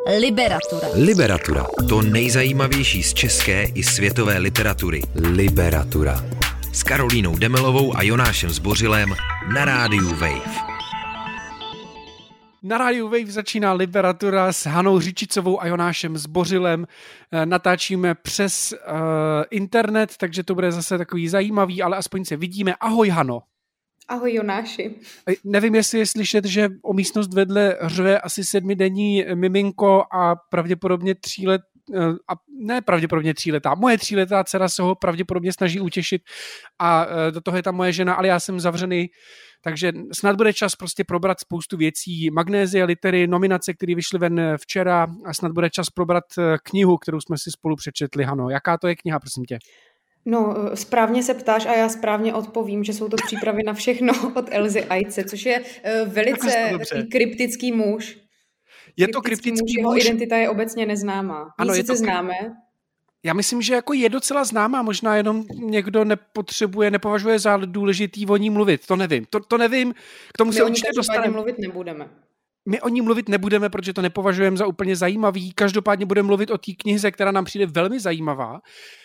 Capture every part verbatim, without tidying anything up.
Liberatura. Liberatura. To nejzajímavější z české i světové literatury. Liberatura. S Karolínou Demelovou a Jonášem Zbořilem na rádiu Wave. Na rádiu Wave začíná Liberatura s Hanou Řičicovou a Jonášem Zbořilem. Natáčíme přes uh, internet, takže to bude zase takový zajímavý, ale aspoň se vidíme. Ahoj, Hano. Ahoj, Jonáši. Nevím, jestli je slyšet, že o místnost vedle řve asi sedmidenní miminko a pravděpodobně tří let, a ne pravděpodobně tříletá, moje tříletá dcera se ho pravděpodobně snaží utěšit a do toho je ta moje žena, ale já jsem zavřený, takže snad bude čas prostě probrat spoustu věcí, magnézie, litery, nominace, které vyšly ven včera a snad bude čas probrat knihu, kterou jsme si spolu přečetli. Hano, jaká to je kniha, prosím tě? No, správně se ptáš a já správně odpovím, že jsou to přípravy na všechno od Elzy Ajce, což je uh, velice kryptický muž. Je to kryptický muž. Jeho identita je obecně neznámá. Ano, sice je to známe. Já myslím, že jako je docela známá, možná jenom někdo nepotřebuje, nepovažuje za důležitý o ní mluvit, to nevím. To, to nevím, k tomu se určitě dostaneme. mluvit nebudeme. My o ní mluvit nebudeme, protože to nepovažujeme za úplně zajímavý. Každopádně budeme mluvit o té knize, která nám přijde velmi zajímavá.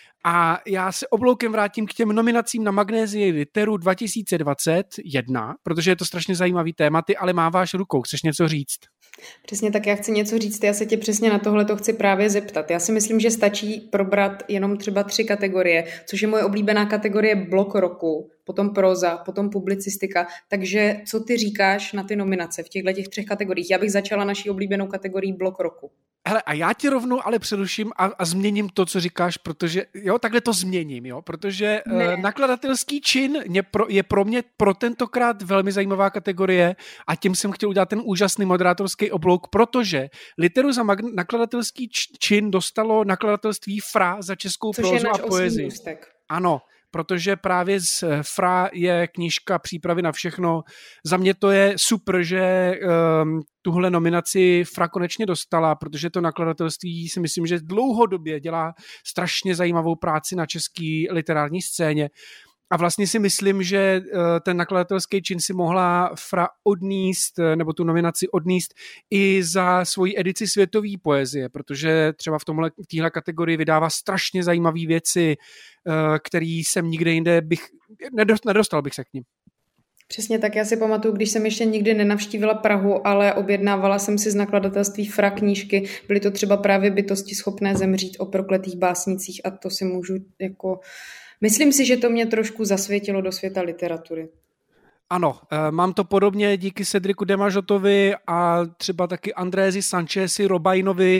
A já se obloukem vrátím k těm nominacím na Magnézii literu dva tisíce dvacet jedna, protože je to strašně zajímavý téma, ty ale máváš rukou, chceš něco říct? Přesně tak, já chci něco říct, já se tě přesně na tohle to chci právě zeptat. Já si myslím, že stačí probrat jenom třeba tři kategorie, což je moje oblíbená kategorie blok roku, potom próza, potom publicistika. Takže co ty říkáš na ty nominace v těchto těch třech kategoriích? Já bych začala naší oblíbenou kategorií blok roku. Hele, a já ti rovnou ale přeruším a, a změním to, co říkáš, protože, jo, takhle to změním, jo, protože uh, nakladatelský čin je pro, je pro mě pro tentokrát velmi zajímavá kategorie a tím jsem chtěl udělat ten úžasný moderátorský oblouk, protože literu za mag- nakladatelský čin dostalo nakladatelství F R A za českou což prózu a poezii. Ano, protože právě z F R A je knížka Přípravy na všechno. Za mě to je super, že um, tuhle nominaci F R A konečně dostala, protože to nakladatelství si myslím, že dlouhodobě dělá strašně zajímavou práci na české literární scéně. A vlastně si myslím, že ten nakladatelský čin si mohla F R A odníst, nebo tu nominaci odníst i za svoji edici světové poezie, protože třeba v tomhle, v téhle kategorii vydává strašně zajímavé věci, který jsem nikde jinde bych, nedostal bych se k nim. Přesně tak, já si pamatuju, když jsem ještě nikdy nenavštívila Prahu, ale objednávala jsem si z nakladatelství F R A knížky, byly to třeba právě Bytosti schopné zemřít o prokletých básnicích a to si můžu jako... Myslím si, že to mě trošku zasvětilo do světa literatury. Ano, mám to podobně díky Cedriku Demažotovi a třeba taky Andrési Sanchezi Robainovi,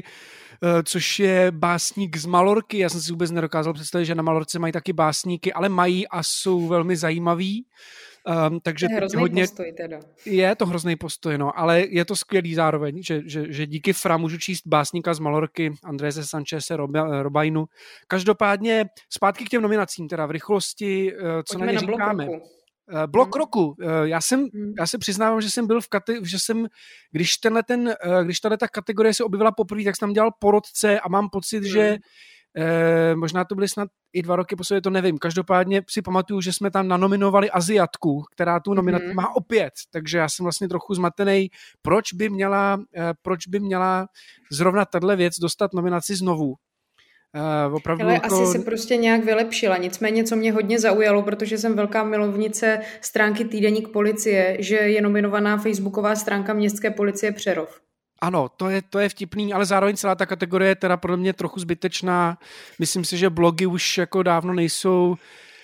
což je básník z Malorky. Já jsem si vůbec nedokázal představit, že na Malorce mají taky básníky, ale mají a jsou velmi zajímaví. Um, takže to je hrozný hodně, postoj teda. Je to hrozný postoj, no, ale je to skvělý zároveň, že, že, že díky F R A můžu číst básníka z Malorky, Andrése Sancheze Robainu. Každopádně zpátky k těm nominacím, teda v rychlosti, co Pojďme na ně na říkáme. Blok roku. Blok hmm. roku. Já jsem, hmm. já se přiznávám, že jsem byl v kate- že jsem, když tenhle ten, když tahle ta kategorie se objevila poprvé, tak jsem tam dělal porodce a mám pocit, hmm. že Eh, možná to byly snad i dva roky po sobě, to nevím. Každopádně si pamatuju, že jsme tam nanominovali Aziatku, která tu nominaci mm-hmm. má opět, takže já jsem vlastně trochu zmatený, proč by měla, eh, proč by měla zrovna tahle věc dostat nominaci znovu. Eh, opravdu Ale to... asi se prostě nějak vylepšila, nicméně co mě hodně zaujalo, protože jsem velká milovnice stránky Týdeník policie, že je nominovaná facebooková stránka Městské policie Přerov. Ano, to je, to je vtipný, ale zároveň celá ta kategorie je teda podle mě trochu zbytečná. Myslím si, že blogy už jako dávno nejsou,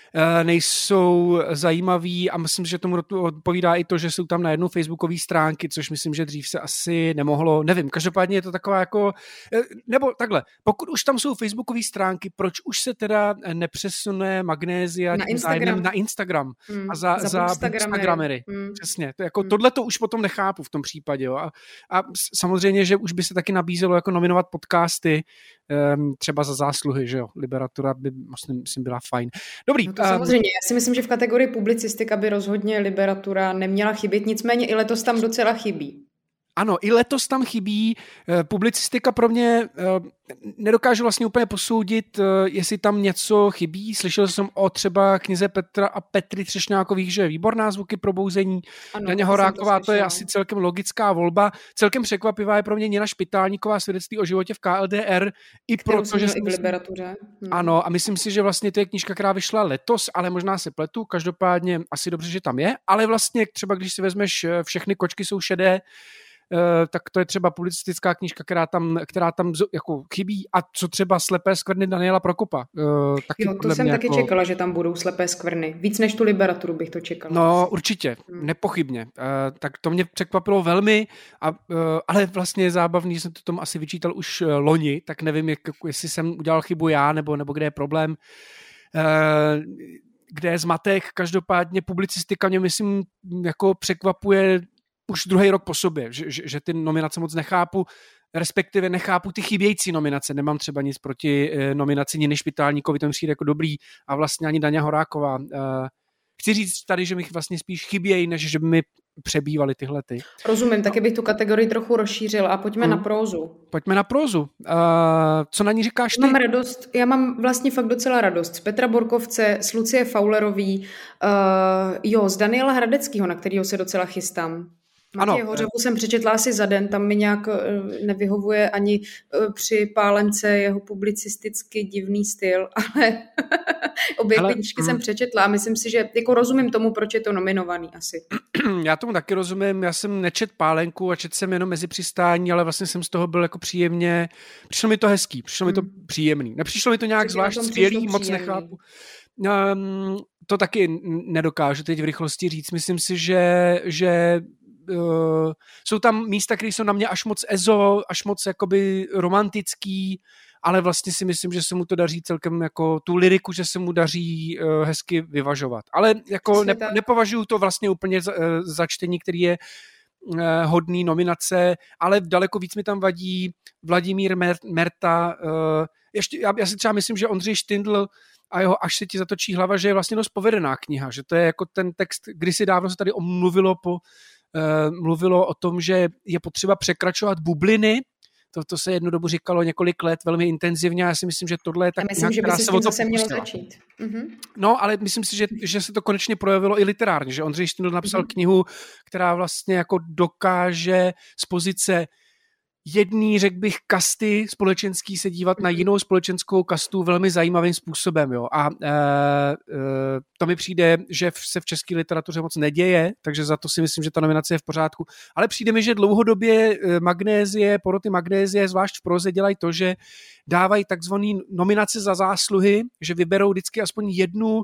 nejsou zajímavý a myslím, že tomu odpovídá i to, že jsou tam na jednu facebookové stránky, což myslím, že dřív se asi nemohlo, nevím, každopádně je to taková jako, nebo takhle, pokud už tam jsou facebookové stránky, proč už se teda nepřesune Magnézia na Instagram, na Instagram hmm, a za, za, za Instagramery. Hmm. Přesně, to jako, hmm. tohle to už potom nechápu v tom případě. Jo. A, a samozřejmě, že už by se taky nabízelo jako nominovat podcasty, um, třeba za zásluhy, že jo, Liberatura by, myslím, myslím byla fajn. Dobrý. No to samozřejmě, já si myslím, že v kategorii publicistika by rozhodně Liberatura neměla chybět, nicméně i letos tam docela chybí. Ano, i letos tam chybí. Publicistika pro mě nedokážu vlastně úplně posoudit, jestli tam něco chybí. Slyšel jsem o třeba knize Petra a Petry Třešňákových, že je výborná, Zvuky probouzení. Daně Horáková, to, to je asi celkem logická volba. Celkem překvapivá je pro mě Nina Špitálníková, Svědectví o životě v K L D R. I proto, že i v Liberatuře. Hmm. Ano, a myslím si, že vlastně to je knížka, která vyšla letos, ale možná se pletu. Každopádně asi dobře, že tam je. Ale vlastně třeba, když si vezmeš Všechny kočky jsou šedé, tak to je třeba publicistická knížka, která tam, která tam jako chybí. A co třeba Slepé skvrny Daniela Prokopa. Taky jo, to jsem taky jako... čekala, že tam budou Slepé skvrny. Víc než tu Liberaturu bych to čekala. No určitě, hmm. nepochybně. Tak to mě překvapilo velmi, a, ale vlastně je zábavný, že jsem to tomu asi vyčítal už loni, tak nevím, jak, jestli jsem udělal chybu já, nebo, nebo kde je problém. Kde je zmatek, každopádně publicistika mě, myslím, jako překvapuje už druhý rok po sobě, že, že, že ty nominace moc nechápu, respektive nechápu ty chybějící nominace. Nemám třeba nic proti eh, nominaci Niny Špitálníkovi, to mi přijde jako dobrý, a vlastně ani Daně Horáková. Eh, chci říct tady, že mi vlastně spíš chybějí, než že by mi přebývaly tyhle ty. Rozumím, taky bych tu kategorii trochu rozšířil a pojďme hmm. na prózu. Pojďme na prózu. Uh, co na ní říkáš ty? Mám radost, já mám vlastně fakt docela radost z Petra Borkovce, z Lucie Faulerový, uh, jo, z Daniela Hradeckého, na kterého se docela chystám. Matěje Hořavu jsem přečetla asi za den, tam mi nějak nevyhovuje ani při Pálence jeho publicisticky divný styl, ale obě knížky jsem přečetla a myslím si, že jako rozumím tomu, proč je to nominovaný asi. Já tomu taky rozumím, já jsem nečet Pálenku a čet jsem jenom Mezi přistání, ale vlastně jsem z toho byl jako příjemně, přišlo mi to hezký, přišlo hmm. mi to příjemný. Nepřišlo mi to nějak zvlášť skvělý, moc nechápu. Um, to taky nedokážu teď v rychlosti říct, myslím si, že, že Uh, jsou tam místa, které jsou na mě až moc ezo, až moc jakoby romantický, ale vlastně si myslím, že se mu to daří celkem jako tu lyriku, že se mu daří uh, hezky vyvažovat. Ale jako ne, nepovažuji to vlastně úplně za, uh, za čtení, který je uh, hodný nominace, ale daleko víc mi tam vadí Vladimír Mer- Merta. Uh, ještě, já, já si třeba myslím, že Ondřej Štindl a jeho Až se ti zatočí hlava, že je vlastně dost povedená kniha, že to je jako ten text, kdysi dávno se tady omluvilo po Uh, mluvilo o tom, že je potřeba překračovat bubliny. To, to se jednu dobu říkalo několik let velmi intenzivně a já si myslím, že tohle je tak kniha, která se o to pokusila. Mm-hmm. No, ale myslím si, že, že se to konečně projevilo i literárně, že Ondřej Štindl napsal mm-hmm. knihu, která vlastně jako dokáže z pozice jedný, řekl bych, kasty společenský se dívat na jinou společenskou kastu velmi zajímavým způsobem. Jo. A e, e, to mi přijde, že se v české literatuře moc neděje, takže za to si myslím, že ta nominace je v pořádku. Ale přijde mi, že dlouhodobě Magnézie, poroty Magnézie, zvlášť v proze, dělají to, že dávají takzvané nominace za zásluhy, že vyberou vždycky aspoň jednu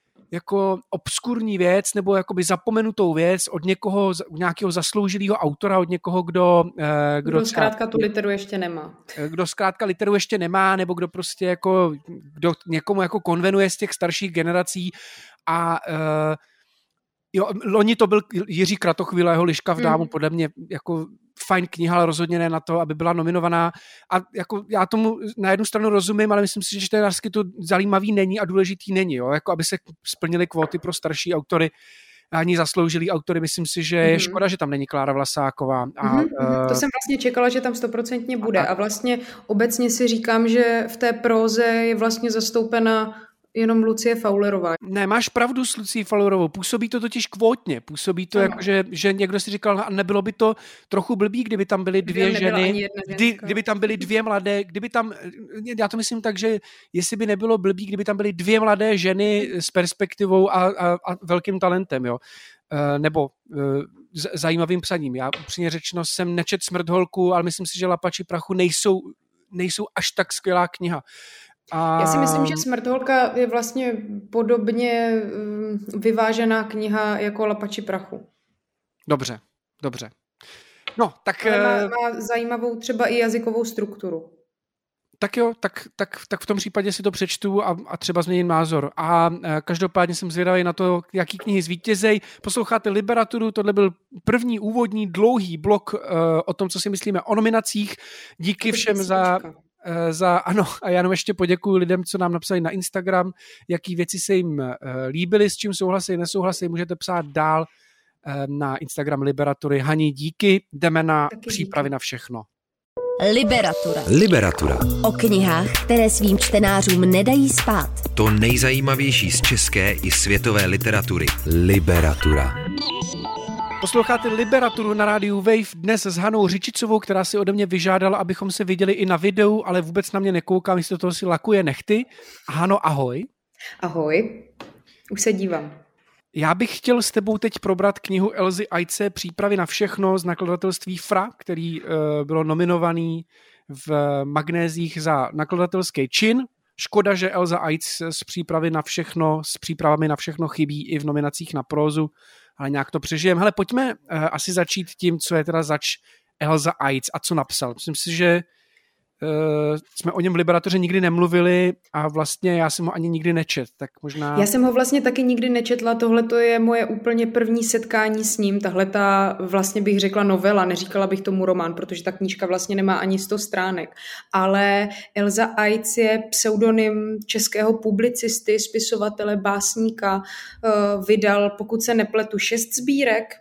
jako obskurní věc nebo jakoby zapomenutou věc od někoho, nějakého zasloužilého autora, od někoho, kdo... Kdo, kdo zkrátka tu literu ještě nemá. Kdo zkrátka literu ještě nemá, nebo kdo prostě jako, kdo někomu jako konvenuje z těch starších generací a uh, jo, loni to byl Jiří Kratochvíl a jeho Liška v dámu, mm. podle mě jako fajn kniha, ale rozhodně ne na to, aby byla nominovaná. A jako já tomu na jednu stranu rozumím, ale myslím si, že čtenářsky to zajímavý není a důležitý není, jo? Jako aby se splnily kvóty pro starší autory, ani zasloužilý autory. Myslím si, že je mm-hmm. škoda, že tam není Klára Vlasáková. A, mm-hmm. To jsem vlastně čekala, že tam stoprocentně bude. A, a vlastně obecně si říkám, že v té próze je vlastně zastoupena jenom Lucie Faulerová. Ne, máš pravdu s Lucí Faulerovou. Působí to totiž kvótně. Působí to, jako, že, že někdo si říkal, nebylo by to trochu blbý, kdyby tam byly dvě ženy, kdy, kdyby tam byly dvě mladé, kdyby tam, já to myslím tak, že jestli by nebylo blbý, kdyby tam byly dvě mladé ženy s perspektivou a, a, a velkým talentem, jo. Nebo z, zajímavým psaním. Já upřímně řečeno jsem nečet Smrtholku, ale myslím si, že Lapači prachu nejsou, nejsou až tak skvělá kniha. A... Já si myslím, že Smrtholka je vlastně podobně vyvážená kniha jako Lapači prachu. Dobře, dobře. No, tak... Ale má, má zajímavou třeba i jazykovou strukturu. Tak jo, tak, tak, tak v tom případě si to přečtu a, a třeba změním názor. A e, každopádně jsem zvědavý na to, jaký knihy zvítězej. Posloucháte Liberaturu, tohle byl první úvodní dlouhý blok e, o tom, co si myslíme o nominacích. Díky všem za... za, ano, a já jenom ještě poděkuju lidem, co nám napsali na Instagram, jaký věci se jim uh, líbily, s čím souhlasí, nesouhlasí, můžete psát dál na Instagram Liberatury. Hani, díky, jdeme na Taky přípravy díky. na všechno. Liberatura. Liberatura. O knihách, které svým čtenářům nedají spát. To nejzajímavější z české i světové literatury. Liberatura. Posloucháte Liberaturu na rádiu Wave dnes s Hanou Řičicovou, která si ode mě vyžádala, abychom se viděli i na videu, ale vůbec na mě nekouká, místo toho si lakuje nechty. Hano, ahoj. Ahoj, už se dívám. Já bych chtěl s tebou teď probrat knihu Elzy Ajce Přípravy na všechno z nakladatelství Fra, který uh, bylo nominovaný v Magnézích za nakladatelský čin. Škoda, že Elza Ajc z Přípravy na všechno, s přípravami na všechno chybí i v nominacích na prózu, ale nějak to přežijeme. Hele, pojďme uh, asi začít tím, co je teda zač Elza Ajc a co napsal. Myslím si, že Uh, jsme o něm v Liberatoře nikdy nemluvili a vlastně já jsem ho ani nikdy nečet, tak možná... Já jsem ho vlastně taky nikdy nečetla, tohle to je moje úplně první setkání s ním, tahle ta vlastně bych řekla novela, neříkala bych tomu román, protože ta knížka vlastně nemá ani sto stránek, ale Elza Ajc je pseudonym českého publicisty, spisovatele, básníka, uh, vydal, pokud se nepletu, šest sbírek.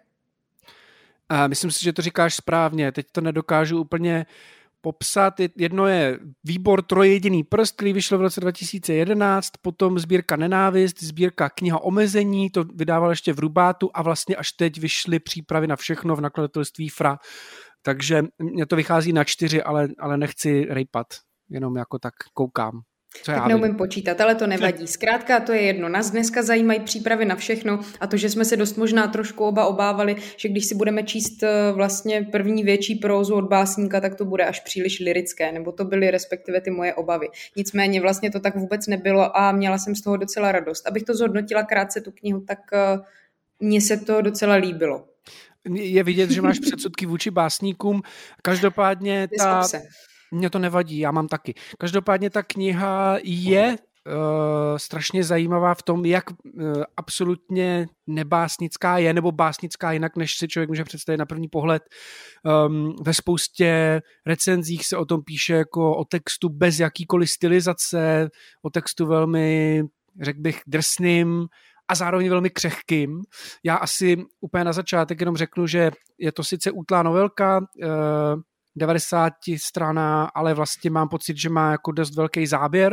A myslím si, že to říkáš správně, teď to nedokážu úplně popsat. Jedno je Výbor trojjediný prst, který vyšel v roce dva tisíce jedenáct, potom sbírka Nenávist, sbírka Kniha omezení, to vydával ještě v Rubátu a vlastně až teď vyšly Přípravy na všechno v nakladatelství Fra. Takže mě to vychází na čtyři, ale, ale nechci rejpat, jenom jako tak koukám. Co tak neumím počítat, ale to nevadí. Zkrátka to je jedno. Nás dneska zajímají přípravy na všechno a to, že jsme se dost možná trošku oba obávali, že když si budeme číst vlastně první větší prózu od básníka, tak to bude až příliš lyrické, nebo to byly respektive ty moje obavy. Nicméně vlastně to tak vůbec nebylo a měla jsem z toho docela radost. Abych to zhodnotila krátce tu knihu, tak mně se to docela líbilo. Je vidět, že máš předsudky vůči básníkům. Každopádně ta... Mně to nevadí, já mám taky. Každopádně ta kniha je uh, strašně zajímavá v tom, jak uh, absolutně nebásnická je, nebo básnická jinak, než si člověk může představit na první pohled. Um, ve spoustě recenzích se o tom píše jako o textu bez jakýkoliv stylizace, o textu velmi, řekl bych, drsným a zároveň velmi křehkým. Já asi úplně na začátek jenom řeknu, že je to sice útlá novelka, uh, devadesát strana, ale vlastně mám pocit, že má jako dost velký záběr.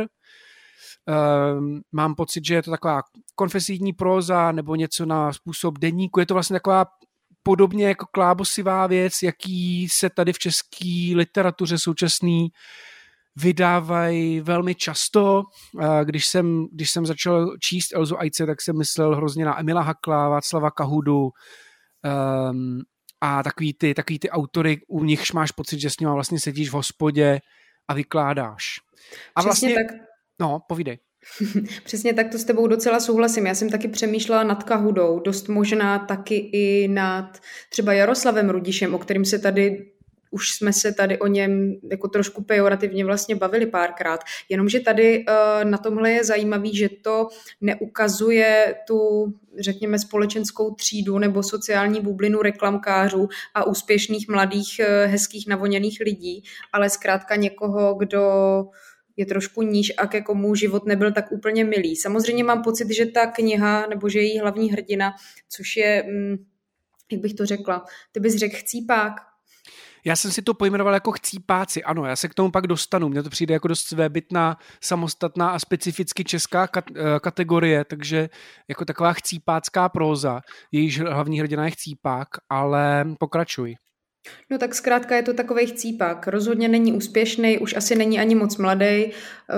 Um, mám pocit, že je to taková konfesijní próza nebo něco na způsob deníku. Je to vlastně taková podobně jako klábosivá věc, jaký se tady v české literatuře současný vydávají velmi často. Uh, když, jsem, když jsem začal číst Elzu Ajce, tak jsem myslel hrozně na Emila Hakla, Václava Kahudu, um, a takový ty, takový ty autory, u nichž máš pocit, že s nima vlastně sedíš v hospodě a vykládáš. A Přesně vlastně, tak. No, povídej. Přesně tak, to s tebou docela souhlasím. Já jsem taky přemýšlela nad Kahudou, dost možná taky i nad třeba Jaroslavem Rudišem, o kterým se tady už jsme se tady o něm jako trošku pejorativně vlastně bavili párkrát. Jenomže tady uh, na tomhle je zajímavý, že to neukazuje tu, řekněme, společenskou třídu nebo sociální bublinu reklamkářů a úspěšných mladých, uh, hezkých navoněných lidí, ale zkrátka někoho, kdo je trošku níž a ke komu život nebyl tak úplně milý. Samozřejmě mám pocit, že ta kniha, nebo že její hlavní hrdina, což je, hm, jak bych to řekla, ty bys řekl chcípák. Já jsem si to pojmenoval jako chcípáci, ano, já se k tomu pak dostanu. Mně to přijde jako dost svébytná, samostatná a specificky česká kategorie, takže jako taková chcípácká próza. Jejíž hlavní hrdina je chcípák, ale pokračuj. No tak zkrátka je to takovej chcípák. Rozhodně není úspěšný, už asi není ani moc mladý.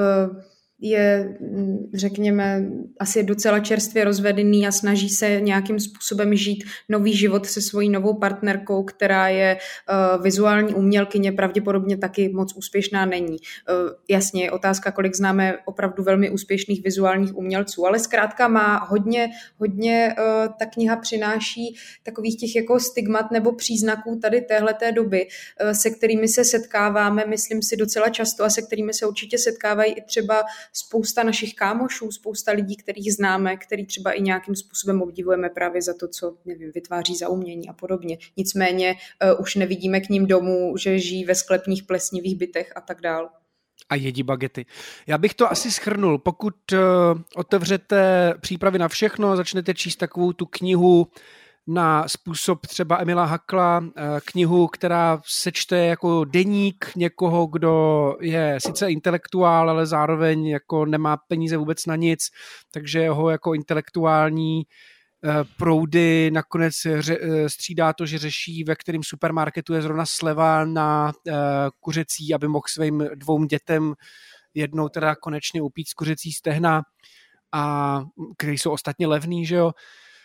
Je, řekněme, asi docela čerstvě rozvedený a snaží se nějakým způsobem žít nový život se svojí novou partnerkou, která je uh, vizuální umělkyně, pravděpodobně taky moc úspěšná není. Uh, jasně, je otázka, kolik známe opravdu velmi úspěšných vizuálních umělců, ale zkrátka má hodně, hodně uh, ta kniha přináší takových těch jako stigmat nebo příznaků tady téhleté doby, uh, se kterými se setkáváme, myslím si, docela často a se kterými se určitě setkávají i třeba spousta našich kámošů, spousta lidí, kterých známe, který třeba i nějakým způsobem obdivujeme právě za to, co, nevím, vytváří za umění a podobně. Nicméně uh, už nevidíme k ním domů, že žijí ve sklepních plesnivých bytech a tak dál. A jedí bagety. Já bych to asi shrnul. Pokud uh, otevřete Přípravy na všechno, začnete číst takovou tu knihu na způsob třeba Emila Hackla, knihu, která se čte jako deník někoho, kdo je sice intelektuál, ale zároveň jako nemá peníze vůbec na nic, takže jeho jako intelektuální proudy nakonec střídá to, že řeší, ve kterém supermarketu je zrovna sleva na kuřecí, aby mohl svým dvou dětem jednou teda konečně upít z kuřecí stehna, a které jsou ostatně levný, že jo.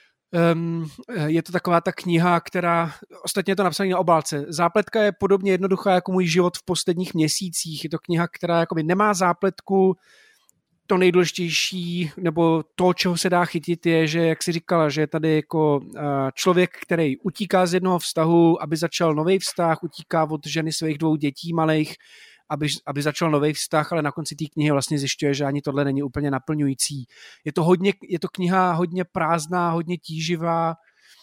Um, je to taková ta kniha, která, ostatně je to napsané na obálce. Zápletka je podobně jednoduchá jako můj život v posledních měsících. Je to kniha, která jakoby nemá zápletku. To nejdůležitější, nebo to, čeho se dá chytit, je, že, jak jsi říkala, že je tady jako člověk, který utíká z jednoho vztahu, aby začal nový vztah, utíká od ženy svých dvou dětí malých, aby, aby začal nový vztah, ale na konci té knihy vlastně zjišťuje, že ani tohle není úplně naplňující. Je to, hodně, je to kniha hodně prázdná, hodně tíživá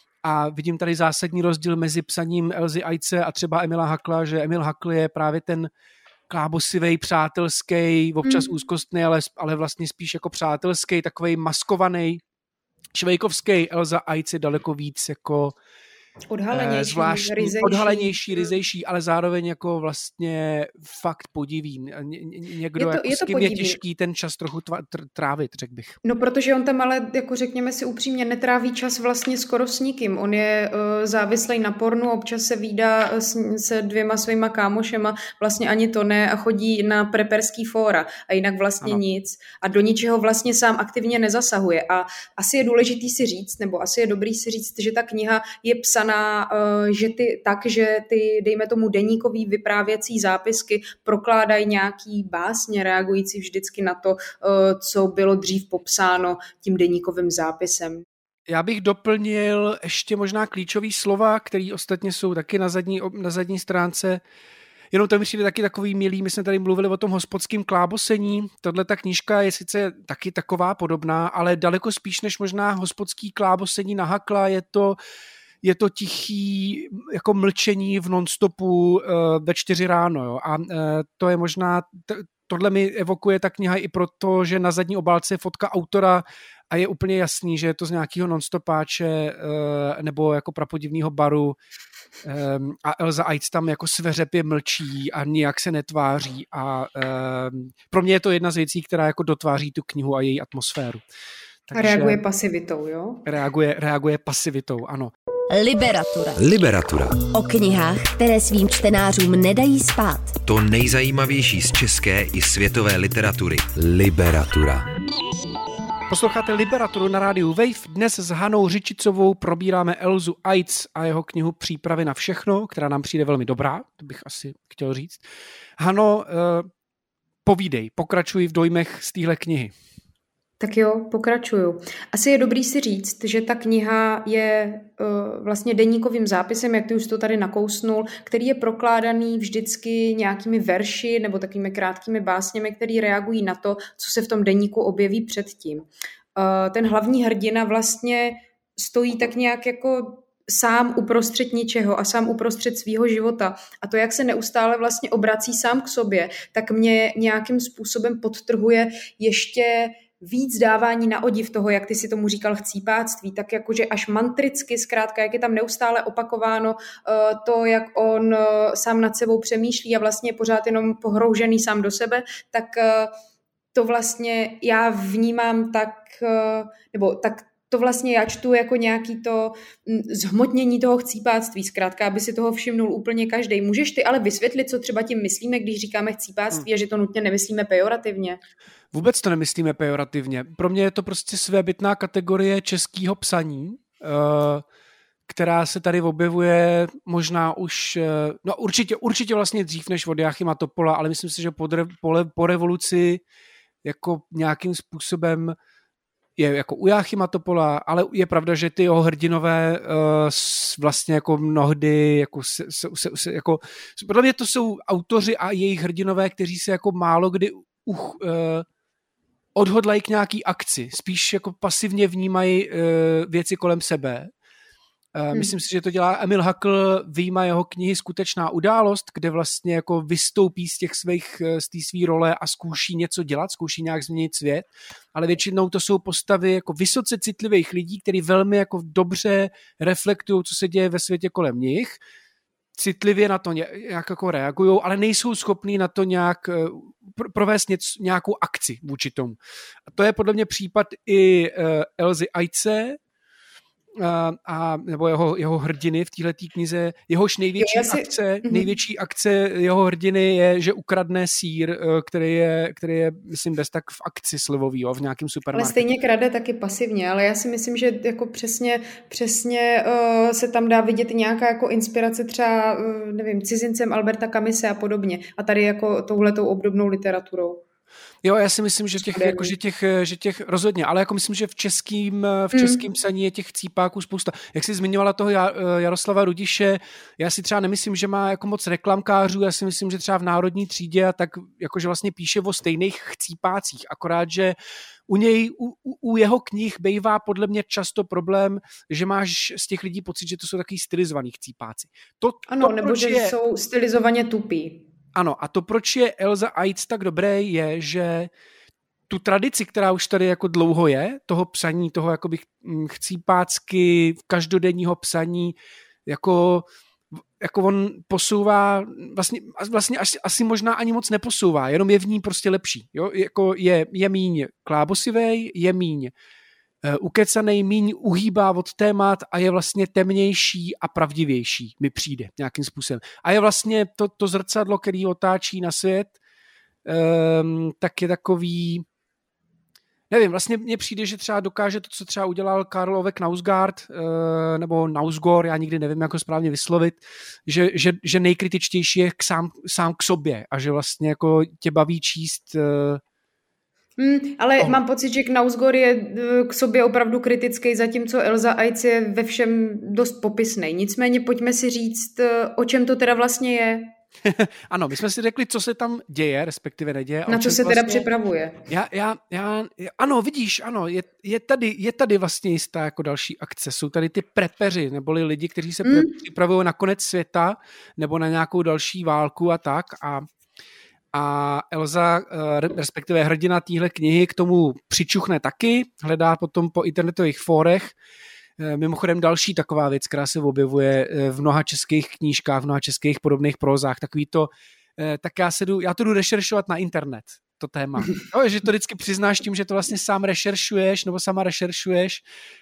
a vidím tady zásadní rozdíl mezi psaním Elzy Ajce a třeba Emila Hackla, že Emil Hackl je právě ten klábosivej, přátelský, občas mm. úzkostný, ale, ale vlastně spíš jako přátelský, takovej maskovaný, švejkovský. Elza Ajc je daleko víc jako odhalenější, zvláštní, ryzejší. odhalenější, ryzejší, ale zároveň jako vlastně fakt podivý. Ně, někdo, je to, jako, je s kým podivý. Je těžký ten čas trochu tva, tr, trávit, řekl bych. No, protože on tam ale, jako řekněme si upřímně, netráví čas vlastně skoro s nikým. On je uh, závislý na pornu, občas se vídá s, se dvěma svýma kámošema, vlastně ani to ne, a chodí na preperský fóra a jinak vlastně ano. nic. A do ničeho vlastně sám aktivně nezasahuje. A asi je důležitý si říct, nebo asi je dobrý si říct, že ta kniha je psaná že ty, tak, že ty, dejme tomu, deníkový vyprávěcí zápisky prokládají nějaký básně reagující vždycky na to, co bylo dřív popsáno tím deníkovým zápisem. Já bych doplnil ještě možná klíčový slova, které ostatně jsou taky na zadní, na zadní stránce. Jenom to mi přijde taky takový milý, my jsme tady mluvili o tom hospodském klábosení. Tahle ta knížka je sice taky taková podobná, ale daleko spíš než možná hospodský klábosení na Hackla je to Je to tichý jako mlčení v non-stopu uh, ve čtyři ráno. Jo. A uh, to je možná, t- tohle mi evokuje ta kniha i proto, že na zadní obálce je fotka autora a je úplně jasný, že je to z nějakého non-stopáče uh, nebo jako prapodivného baru. Um, a Elza Ajc tam jako sveřepě mlčí a nijak se netváří. A um, pro mě je to jedna z věcí, která jako dotváří tu knihu a její atmosféru. Takže reaguje pasivitou, jo? Reaguje, reaguje pasivitou, ano. Liberatura. Liberatura. O knihách, které svým čtenářům nedají spát. To nejzajímavější z české i světové literatury. Liberatura. Posloucháte Liberaturu na rádiu Wave. Dnes s Hanou Řičicovou probíráme Elzu Ajc a jeho knihu Přípravy na všechno, která nám přijde velmi dobrá, to bych asi chtěl říct. Hano, eh, povídej, pokračuj v dojmech z téhle knihy. Tak jo, pokračuju. Asi je dobrý si říct, že ta kniha je uh, vlastně deníkovým zápisem, jak ty už to tady nakousnul, který je prokládaný vždycky nějakými verši nebo takovými krátkými básněmi, které reagují na to, co se v tom deníku objeví předtím. Uh, ten hlavní hrdina vlastně stojí tak nějak jako sám uprostřed ničeho a sám uprostřed svýho života. A to, jak se neustále vlastně obrací sám k sobě, tak mě nějakým způsobem podtrhuje ještě víc dávání na odiv toho, jak ty si tomu říkal, chcípáctví, tak jakože až mantricky, zkrátka, jak je tam neustále opakováno to, jak on sám nad sebou přemýšlí a vlastně je pořád jenom pohroužený sám do sebe, tak to vlastně já vnímám tak, nebo tak to vlastně já čtu jako nějaký to zhmotnění toho chcípáctví, zkrátka, aby si toho všimnul úplně každej. Můžeš ty ale vysvětlit, co třeba tím myslíme, když říkáme chcípáctví hmm. a že to nutně nemyslíme pejorativně? Vůbec to nemyslíme pejorativně. Pro mě je to prostě svébytná kategorie českého psaní, která se tady objevuje možná už, no určitě, určitě vlastně dřív než od Joachima Topola, ale myslím si, že po, po revoluci jako nějakým způsobem je jako u Joachima Topola, ale je pravda, že ty jeho hrdinové uh, vlastně jako mnohdy jako se, se, se, se jako podle mě to jsou autoři a jejich hrdinové, kteří se jako málo kdy uh, uh, odhodlají k nějaký akci, spíš jako pasivně vnímají uh, věci kolem sebe. Hmm. Myslím si, že to dělá Emil Hakl, vyjma jeho knihy Skutečná událost, kde vlastně jako vystoupí z těch svých, z té své role a zkouší něco dělat, zkouší nějak změnit svět, ale většinou to jsou postavy jako vysoce citlivých lidí, kteří velmi jako dobře reflektují, co se děje ve světě kolem nich, citlivě na to nějak jako reagují, ale nejsou schopní na to nějak provést něco, nějakou akci vůči tomu. A to je podle mě případ i Elzy Ajce, A, a, nebo jeho, jeho hrdiny v téhletý knize. Jehož největší, jo, si... akce, mm-hmm. největší akce jeho hrdiny je, že ukradne sýr, který je, který je myslím, bez tak v akci slivový, jo, v nějakém supermarketu. Ale stejně krade taky pasivně, ale já si myslím, že jako přesně, přesně uh, se tam dá vidět nějaká jako inspirace třeba, uh, nevím, cizincem Alberta Camise a podobně. A tady jako touhletou obdobnou literaturou. Jo, já si myslím, že těch, jako, že těch, že těch rozhodně, ale jako myslím, že v českým, v českým psaní je těch chcípáků spousta. Jak jsi zmiňovala toho Jaroslava Rudiše, já si třeba nemyslím, že má jako moc reklamkářů, já si myslím, že třeba v Národní třídě a tak jakože vlastně píše o stejných chcípácích, akorát, že u něj, u, u jeho knih bývá podle mě často problém, že máš z těch lidí pocit, že to jsou takový stylizovaný chcípáci. To, ano, to, nebo že je... jsou stylizovaně tupí. Ano, a to, proč je Elza Ajc tak dobré, je, že tu tradici, která už tady jako dlouho je, toho psaní, toho jakoby chcípácky, každodenního psaní, jako, jako on posouvá, vlastně, vlastně asi, asi možná ani moc neposouvá, jenom je v ní prostě lepší. Jo? Jako je, je míň klábosivej, je míň uh, ukecanej, míň uhýbá od témat a je vlastně temnější a pravdivější, mi přijde nějakým způsobem. A je vlastně to, to zrcadlo, který otáčí na svět, um, tak je takový, nevím, vlastně mně přijde, že třeba dokáže to, co třeba udělal Karl Ove Knausgaard, uh, nebo Knausgård, já nikdy nevím, jak ho správně vyslovit, že, že, že nejkritičtější je k sám, sám k sobě a že vlastně jako tě baví číst uh, Hmm, ale oh. mám pocit, že Knausgård je k sobě opravdu kritický, zatímco Elza Ajc je ve všem dost popisnej. Nicméně pojďme si říct, o čem to teda vlastně je. Ano, my jsme si řekli, co se tam děje, respektive neděje. Na co se vlastně... teda připravuje. Já, já, já, ano, vidíš, ano, je, je, tady, je tady vlastně jistá jako další akce. Jsou tady ty prepeři, neboli lidi, kteří se hmm. připravují na konec světa, nebo na nějakou další válku a tak. A A Elza, respektive hrdina téhle knihy, k tomu přičuchne taky, hledá potom po internetových fórech. Mimochodem další taková věc, která se objevuje v mnoha českých knížkách, v mnoha českých podobných prózách, takový to, tak já, se jdu, já to jdu rešeršovat na internet, to téma. No, že to vždycky přiznáš tím, že to vlastně sám rešeršuješ, nebo sama rešeršuješ,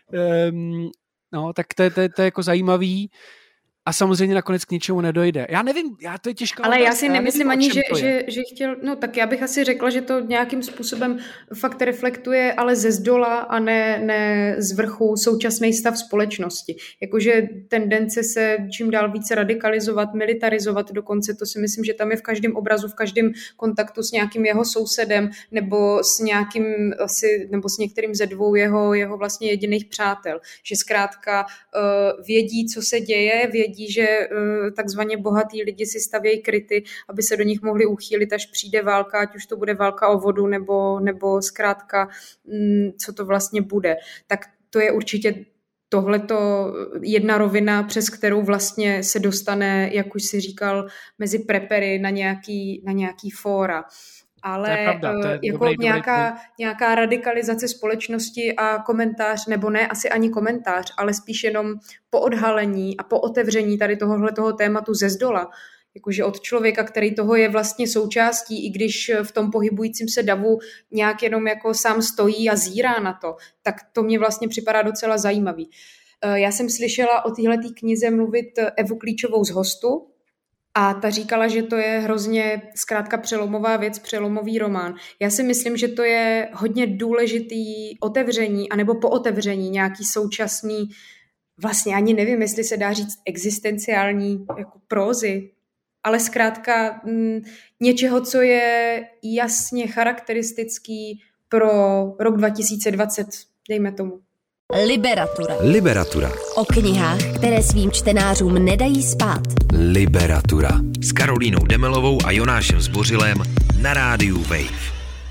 um, no, tak to je, to, je, to je jako zajímavý. A samozřejmě nakonec k ničemu nedojde. Já nevím, já to je těžká Ale otázka, já si nemyslím já ani, že, že, že chtěl, no tak já bych asi řekla, že to nějakým způsobem fakt reflektuje, ale ze zdola a ne, ne z vrchu současný stav společnosti. Jakože tendence se čím dál více radikalizovat, militarizovat dokonce, to si myslím, že tam je v každém obrazu, v každém kontaktu s nějakým jeho sousedem nebo s nějakým asi, nebo s některým ze dvou jeho, jeho vlastně jediných přátel. Že zkrátka uh, vědí, co se děje, vědí, že uh, takzvaně bohatí lidi si stavějí kryty, aby se do nich mohli uchýlit, až přijde válka, ať už to bude válka o vodu, nebo, nebo zkrátka, mm, co to vlastně bude. Tak to je určitě tohleto jedna rovina, přes kterou vlastně se dostane, jak už si říkal, mezi prepery na nějaký, na nějaký fóra. Ale to je pravda, to je jako dobrý, nějaká, dobrý. nějaká radikalizace společnosti a komentář, nebo ne asi ani komentář, ale spíš jenom po odhalení a po otevření tady tohoto tématu ze zdola, jakože od člověka, který toho je vlastně součástí, i když v tom pohybujícím se davu nějak jenom jako sám stojí a zírá na to, tak to mě vlastně připadá docela zajímavý. Já jsem slyšela o téhletý knize mluvit Evu Klíčovou z Hostu, a ta říkala, že to je hrozně zkrátka přelomová věc, přelomový román. Já si myslím, že to je hodně důležitý otevření, anebo po otevření nějaký současný, vlastně ani nevím, jestli se dá říct existenciální jako prózy, ale zkrátka m, něčeho, co je jasně charakteristický pro rok dva tisíce dvacet, dejme tomu. Liberatura. Liberatura. O knihách, které svým čtenářům nedají spát. Liberatura. S Karolínou Demelovou a Jonášem Zbořilem na rádiu Wave.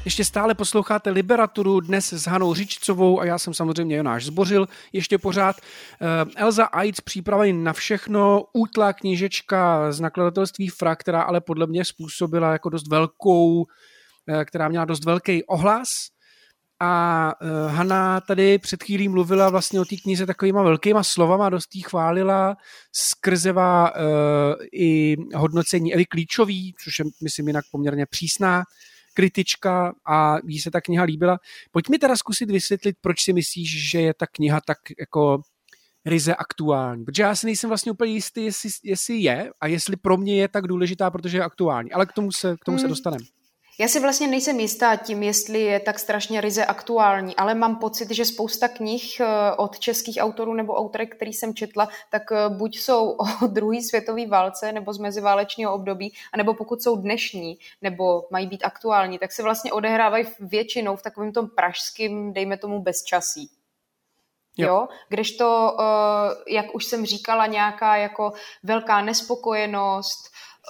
Ještě stále posloucháte Liberaturu dnes s Hanou Řičcovou a já jsem samozřejmě Jonáš Zbořil. Ještě pořád uh, Elza Aitz, Příprava na všechno, útlá knížečka z nakladatelství Fra, která ale podle mě způsobila jako dost velkou, uh, která měla dost velký ohlas. A uh, Hana tady před chvílí mluvila vlastně o té knize takovýma velkýma slovama, dost jí chválila skrzeva uh, i hodnocení Evy Klíčový, což je, myslím, jinak poměrně přísná kritička a jí se ta kniha líbila. Pojď mi teda zkusit vysvětlit, proč si myslíš, že je ta kniha tak jako ryze aktuální. Protože já si nejsem vlastně úplně jistý, jestli, jestli je a jestli pro mě je tak důležitá, protože je aktuální. Ale k tomu se, k tomu hmm. se dostaneme. Já si vlastně nejsem jistá tím, jestli je tak strašně ryze aktuální, ale mám pocit, že spousta knih od českých autorů nebo autorek, který jsem četla, tak buď jsou o druhé světové válce nebo z meziválečného období, anebo pokud jsou dnešní nebo mají být aktuální, tak se vlastně odehrávají většinou v takovém tom pražským, dejme tomu, bezčasí. Jo. Jo? Kdežto, jak už jsem říkala, nějaká jako velká nespokojenost,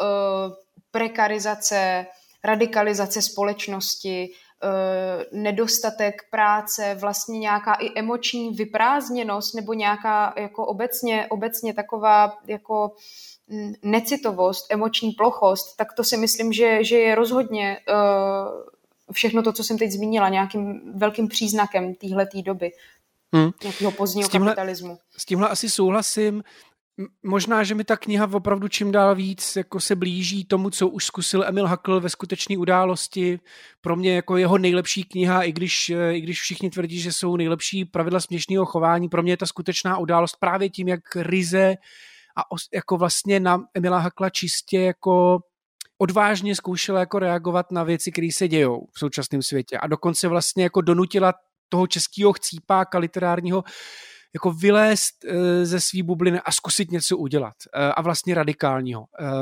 prekarizace, radikalizace společnosti, nedostatek práce, vlastně nějaká i emoční vyprázdněnost nebo nějaká jako obecně, obecně taková jako necitovost, emoční plochost, tak to si myslím, že, že je rozhodně všechno to, co jsem teď zmínila, nějakým velkým příznakem téhletý doby. Hmm. Nějakého pozdního s tímhle, kapitalismu. S tímhle asi souhlasím. Možná, že mi ta kniha opravdu čím dál víc jako se blíží tomu, co už zkusil Emil Hakl ve Skutečné události. Pro mě jako jeho nejlepší kniha, i když, i když všichni tvrdí, že jsou nejlepší pravidla směšného chování, pro mě je ta Skutečná událost právě tím, jak ryze a os, jako vlastně na Emila Hakla čistě jako odvážně zkoušela jako reagovat na věci, které se dějou v současném světě a dokonce vlastně jako donutila toho českého chcípáka literárního jako vylézt ze svý bubliny a zkusit něco udělat. A vlastně radikálního.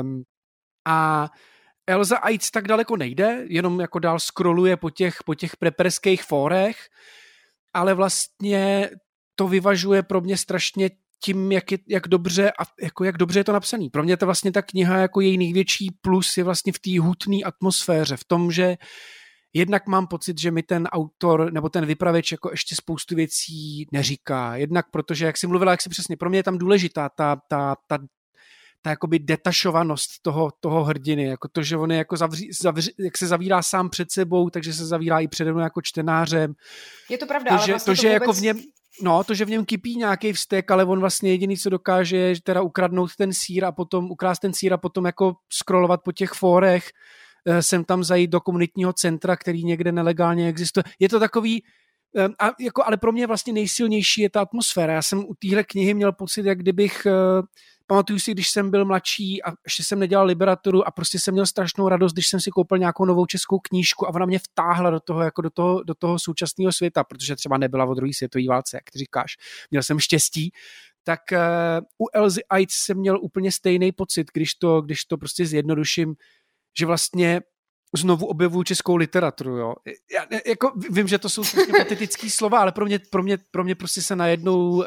A Elza Aitz tak daleko nejde, jenom jako dál scrolluje po těch, po těch preperských fórech, ale vlastně to vyvažuje pro mě strašně tím, jak, je, jak, dobře, a jako jak dobře je to napsaný. Pro mě to vlastně ta kniha jako její největší plus je vlastně v té hutné atmosféře, v tom, že jednak mám pocit, že mi ten autor nebo ten vypravěč jako ještě spoustu věcí neříká. Jednak protože, jak jsi mluvila, jak jsi přesně, pro mě je tam důležitá ta, ta, ta, ta jakoby detašovanost toho, toho hrdiny, jako to, že on je jako zavří, zavří, jak se zavírá sám před sebou, takže se zavírá i přede mnou jako čtenářem. Je to pravda, to, ale že, vlastně to, že to vůbec... jako v něm, no, to, že v něm kypí nějaký vztek, ale on vlastně jediný, co dokáže, je teda ukradnout ten sýr a potom ukrást ten sýr a potom jako scrollovat po těch fórech, sem tam zajít do komunitního centra, který někde nelegálně existuje. Je to takový, a jako, ale pro mě vlastně nejsilnější je ta atmosféra. Já jsem u téhle knihy měl pocit, jak kdybych, pamatuju si, když jsem byl mladší a ještě jsem nedělal Liberaturu a prostě jsem měl strašnou radost, když jsem si koupil nějakou novou českou knížku a ona mě vtáhla do toho, jako do toho, do toho současného světa, protože třeba nebyla o druhé světové válce, jak ty říkáš. Měl jsem štěstí. Tak uh, u Elzy Aitz jsem měl úplně stejný pocit, když to, když to prostě zjednoduším, že vlastně znovu objevuju českou literaturu. Jo. Já, jako, vím, že to jsou patetické slova, ale pro mě, pro, mě, pro mě prostě se najednou uh,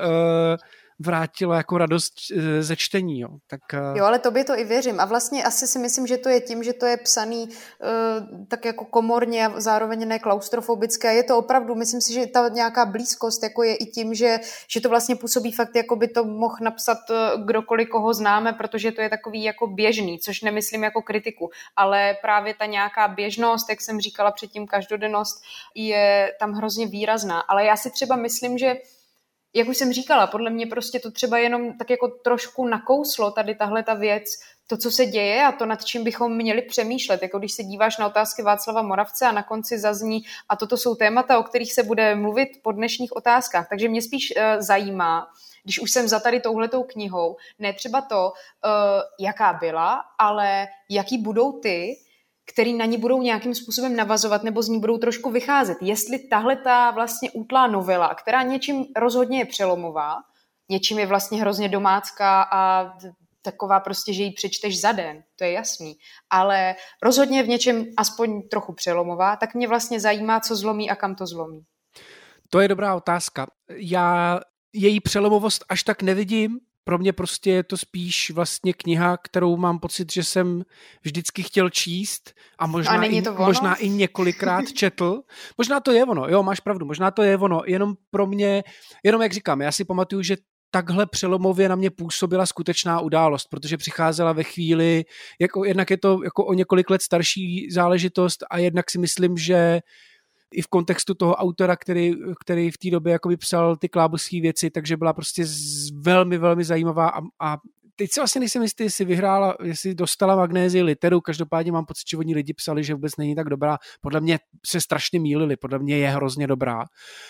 vrátila jako radost ze čtení. Jo. Tak, uh... jo, ale tobě to i věřím. A vlastně asi si myslím, že to je tím, že to je psaný uh, tak jako komorně a zároveň ne klaustrofobické. Je to opravdu, myslím si, že ta nějaká blízkost jako je i tím, že, že to vlastně působí fakt, jako by to mohl napsat uh, kdokoliv, koho známe, protože to je takový jako běžný, což nemyslím jako kritiku. Ale právě ta nějaká běžnost, jak jsem říkala předtím, každodennost, je tam hrozně výrazná. Ale já si třeba myslím, že jak už jsem říkala, podle mě prostě to třeba jenom tak jako trošku nakouslo tady tahle ta věc, to, co se děje a to, nad čím bychom měli přemýšlet. Jako když se díváš na otázky Václava Moravce a na konci zazní, a toto jsou témata, o kterých se bude mluvit po dnešních otázkách. Takže mě spíš uh, zajímá, když už jsem za tady touhletou knihou, ne třeba to, uh, jaká byla, ale jaký budou ty, který na ní budou nějakým způsobem navazovat nebo z ní budou trošku vycházet. Jestli tahle ta vlastně útlá novela, která něčím rozhodně je přelomová, něčím je vlastně hrozně domácká a taková prostě, že ji přečteš za den, to je jasný, ale rozhodně v něčem aspoň trochu přelomová, tak mě vlastně zajímá, co zlomí a kam to zlomí. To je dobrá otázka. Já její přelomovost až tak nevidím, pro mě prostě je to spíš vlastně kniha, kterou mám pocit, že jsem vždycky chtěl číst a možná, a i, možná i několikrát četl. Možná to je ono, jo, máš pravdu, možná to je ono, jenom pro mě, jenom jak říkám, já si pamatuju, že takhle přelomově na mě působila skutečná událost, protože přicházela ve chvíli, jako, jednak je to jako o několik let starší záležitost a jednak si myslím, že i v kontextu toho autora, který, který v té době jakoby psal ty klábosové věci, takže byla prostě velmi, velmi zajímavá a, a teď si vlastně nejsem jistý, jestli vyhrála, jestli dostala Magnézii literu, každopádně mám pocit, že oni lidi psali, že vůbec není tak dobrá. Podle mě se strašně mýlili, podle mě je hrozně dobrá.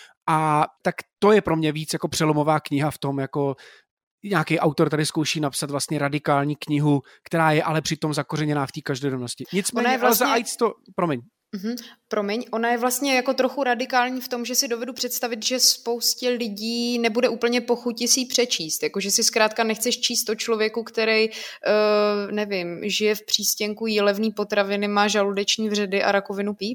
A tak to je pro mě víc jako přelomová kniha v tom, jako nějaký autor tady zkouší napsat vlastně radikální knihu, která je ale přitom zakořeněná v té každodennosti. Nicméně vlastně... Elza Eitz to, promiň. Mm-hmm. Promiň, ona je vlastně jako trochu radikální v tom, že si dovedu představit, že spoustě lidí nebude úplně pochutí si ji přečíst, jako že si zkrátka nechceš číst o člověku, který, uh, nevím, žije v přístěnku, jí levný potraviny, má žaludeční vředy a rakovinu píp.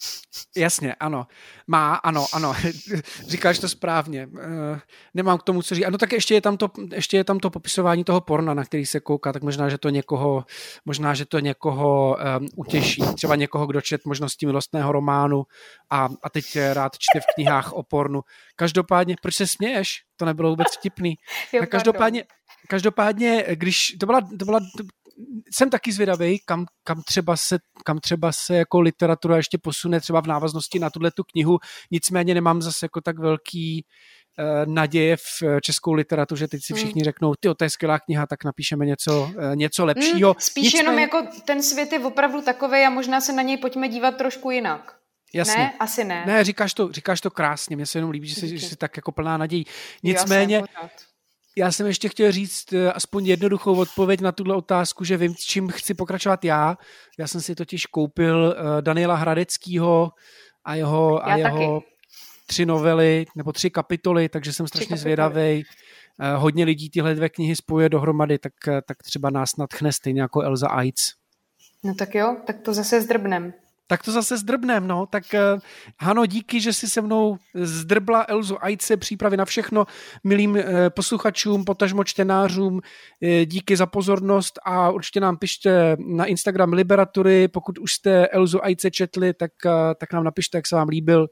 Jasně, ano. Má, ano, ano. Říkáš to správně. E, nemám k tomu co říct. Ano, tak ještě je tam to, ještě je tam to popisování toho porna, na který se kouká, tak možná, že to někoho, možná, že to někoho um, utěší. Třeba někoho, kdo čet možnosti milostného románu a, a teď rád čte v knihách o pornu. Každopádně, proč se směješ? To nebylo vůbec vtipný. Jo, každopádně, každopádně, když to byla, to byla jsem taky zvědavý, kam, kam, třeba se, kam třeba se jako literatura ještě posune třeba v návaznosti na tuhletu knihu, nicméně nemám zase jako tak velký uh, naděje v českou literaturu, že teď si všichni řeknou, tyjo, to je skvělá kniha, tak napíšeme něco, uh, něco lepšího. Hmm, spíš nicméně... jenom jako ten svět je opravdu takovej a možná se na něj pojďme dívat trošku jinak. Jasně. Ne? Asi ne. Ne, říkáš to, říkáš to krásně, mně se jenom líbí, že jsi, že jsi tak jako plná nadějí. Nicméně já jsem ještě chtěl říct aspoň jednoduchou odpověď na tuhle otázku, že vím, s čím chci pokračovat já. Já jsem si totiž koupil Daniela Hradeckýho a jeho, a jeho tři novely, nebo tři kapitoly, takže jsem strašně zvědavej. Hodně lidí tyhle dvě knihy spojuje dohromady, tak, tak třeba nás nadchne stejně jako Elza Eitz. No tak jo, tak to zase zdrbnem. Tak to zase zdrbnem, no. Tak uh, Hano, díky, že jsi se mnou zdrbla Elzu Eitze, přípravy na všechno. Milým uh, posluchačům, potažmo čtenářům, uh, díky za pozornost a určitě nám pište na Instagram Liberatury, pokud už jste Elzu Eitze četli, tak, uh, tak nám napište, jak se vám líbil.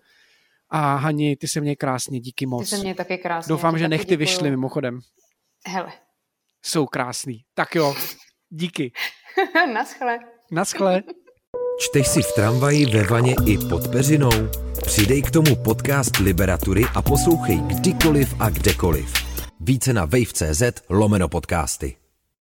A Hani, ty se měj krásně, díky moc. Ty se měj taky krásně. Doufám, že nechty vyšly mimochodem. Hele. Jsou krásný. Tak jo, díky. Naschle. Naschle. Čteš si v tramvaji, ve vaně i pod peřinou? Přidej k tomu podcast Liberatury a poslouchej kdykoliv a kdekoliv. Více na wave tečka cz lomeno podcasty.